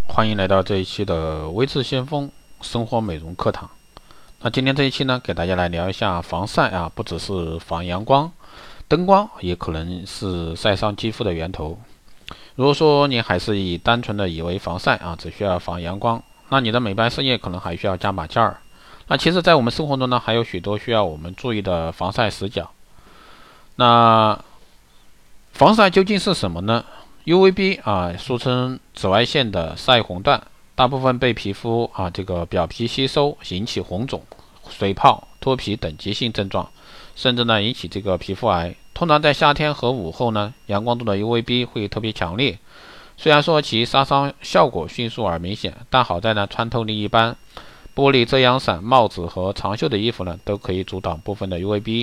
欢迎来到这一期的微智先锋生活美容课堂。那今天这一期呢，给大家来聊一下防晒啊，不只是防阳光，灯光也可能是晒伤肌肤的源头。如果说你还是单纯的以为防晒啊，只需要防阳光，那你的美白事业可能还需要加把劲儿。那其实在我们生活中呢，还有许多需要我们注意的防晒死角。那防晒究竟是什么呢？UVB 啊，俗称紫外线的晒红弹，大部分被皮肤这个表皮吸收，引起红肿、水泡、脱皮等急性症状，甚至呢引起这个皮肤癌。通常在夏天和午后呢，阳光中的 UVB 会特别强烈。虽然说其杀伤效果迅速而明显，但好在呢穿透力一般，玻璃遮阳伞、帽子和长袖的衣服呢都可以阻挡部分的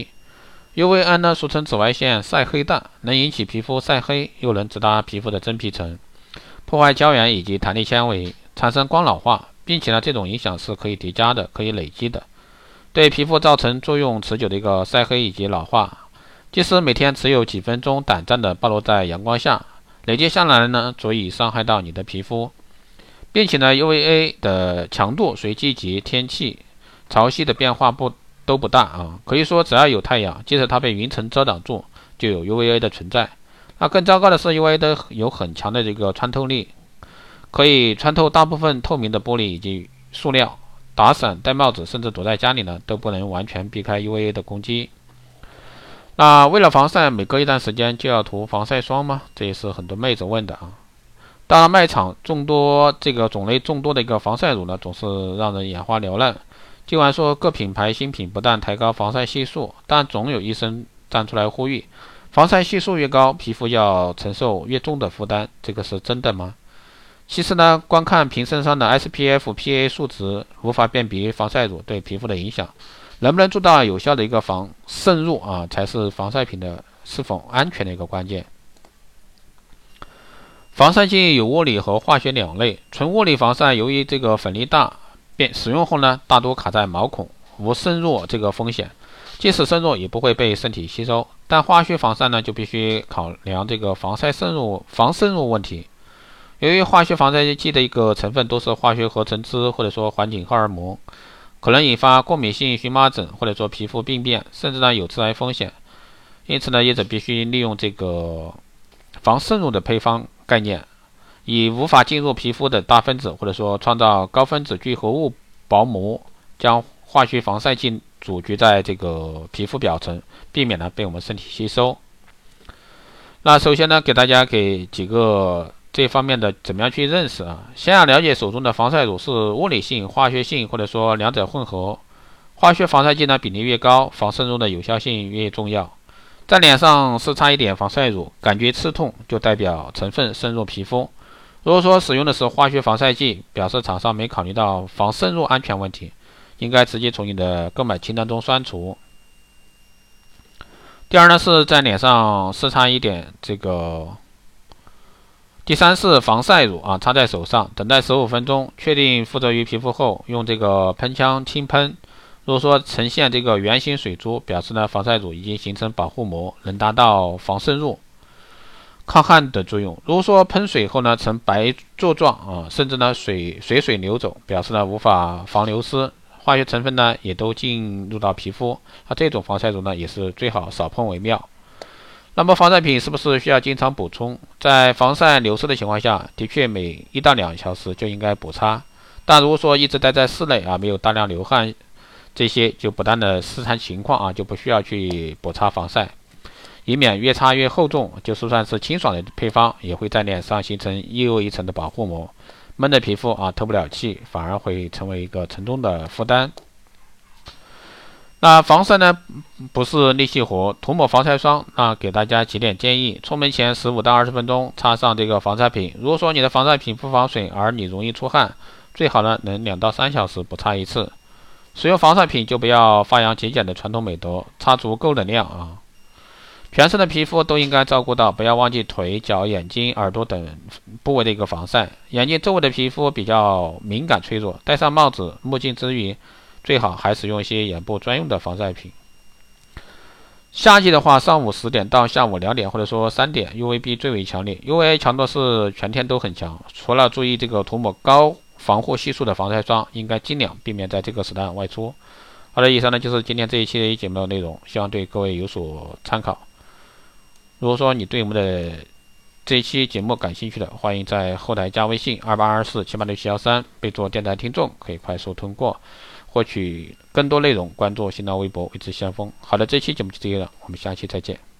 UVB。UVA 呢，俗称紫外线晒黑弹，能引起皮肤晒黑，又能直达皮肤的真皮层，破坏胶原以及弹力纤维，产生光老化，并且呢，这种影响是可以叠加的，可以累积的，对皮肤造成作用持久的一个晒黑以及老化。即使每天只有几分钟短暂的暴露在阳光下，累积下来呢，足以伤害到你的皮肤，并且呢 ，UVA 的强度随季节、天气、潮汐的变化都不大啊，可以说只要有太阳，即使它被云层遮挡住，就有 UVA 的存在。那更糟糕的是 ，UVA 的有很强的这个穿透力，可以穿透大部分透明的玻璃以及塑料。打伞、戴帽子，甚至躲在家里呢，都不能完全避开 UVA 的攻击。那为了防晒，每隔一段时间就要涂防晒霜吗？这也是很多妹子问的啊。当然，卖场众多这个种类众多的一个防晒乳呢，总是让人眼花缭乱。尽管说各品牌新品不但抬高防晒系数，但总有医生站出来呼吁，防晒系数越高，皮肤要承受越重的负担，这个是真的吗？其实呢，光看瓶身上的 SPF、PA 数值，无法辨别防晒乳对皮肤的影响。能不能做到有效的一个防渗入啊，才是防晒品的是否安全的一个关键。防晒剂有物理和化学两类，纯物理防晒由于这个粉粒大，使用后呢，大多卡在毛孔，无渗入这个风险，即使渗入也不会被身体吸收。但化学防晒呢，就必须考量这个防渗入问题。由于化学防晒剂的一个成分都是化学合成脂或者说环境荷尔蒙，可能引发过敏性荨麻疹或者说皮肤病变，甚至呢有致癌风险。因此呢，业者必须利用这个防渗入的配方概念，以无法进入皮肤的大分子或者说创造高分子聚合物薄膜，将化学防晒剂阻绝在这个皮肤表层，避免呢被我们身体吸收。那首先呢，给大家几个这方面的怎么样去认识啊？先要了解手中的防晒乳是物理性、化学性，或者说两者混合。化学防晒剂呢比例越高，防渗入的有效性越重要。在脸上试擦一点防晒乳，感觉刺痛，就代表成分渗入皮肤。如果说使用的是化学防晒剂，表示厂商没考虑到防渗入安全问题，应该直接从你的购买清单中删除。第二呢，是在脸上试擦一点第三是防晒乳啊，擦在手上，等待15分钟，确定附着于皮肤后，用这个喷枪轻喷。如果说呈现这个圆形水珠，表示呢防晒乳已经形成保护膜，能达到防渗入、抗汗的作用。如果说喷水后呢呈白柱状啊，甚至呢水流走，表示呢无法防流失，化学成分呢也都进入到皮肤，这种防晒乳呢也是最好少碰为妙。那么防晒品是不是需要经常补充？在防晒流失的情况下，的确每1到2小时就应该补擦。但如果说一直待在室内啊，没有大量流汗，这些就不当的失常情况啊，就不需要去补擦防晒，以免越擦越厚重。就算是清爽的配方，也会在脸上形成又一层的保护膜，闷的皮肤啊透不了气，反而会成为一个沉重的负担。那防晒呢不是力气活，涂抹防晒霜，那给大家几点建议：出门前15到20分钟擦上这个防晒品。如果说你的防晒品不防水，而你容易出汗，最好呢能2到3小时补擦一次。使用防晒品就不要发扬节俭的传统美德，擦足够的量啊。全身的皮肤都应该照顾到，不要忘记腿、脚、眼睛、耳朵等部位的一个防晒。眼睛周围的皮肤比较敏感脆弱，戴上帽子、墨镜之余，最好还使用一些眼部专用的防晒品。 夏季的话，上午10点到下午2点或者说3点 UVB 最为强烈，UVA 强度是全天都很强。除了注意这个涂抹高防护系数的防晒霜，应该尽量避免在这个时段外出。好的，以上呢就是今天这一期节目的内容，希望对各位有所参考。如果说你对我们的这一期节目感兴趣的，欢迎在后台加微信2824786713，备注电台听众，可以快速通过获取更多内容。关注新浪微博未知先锋。好的，这期节目就这样了，我们下期再见。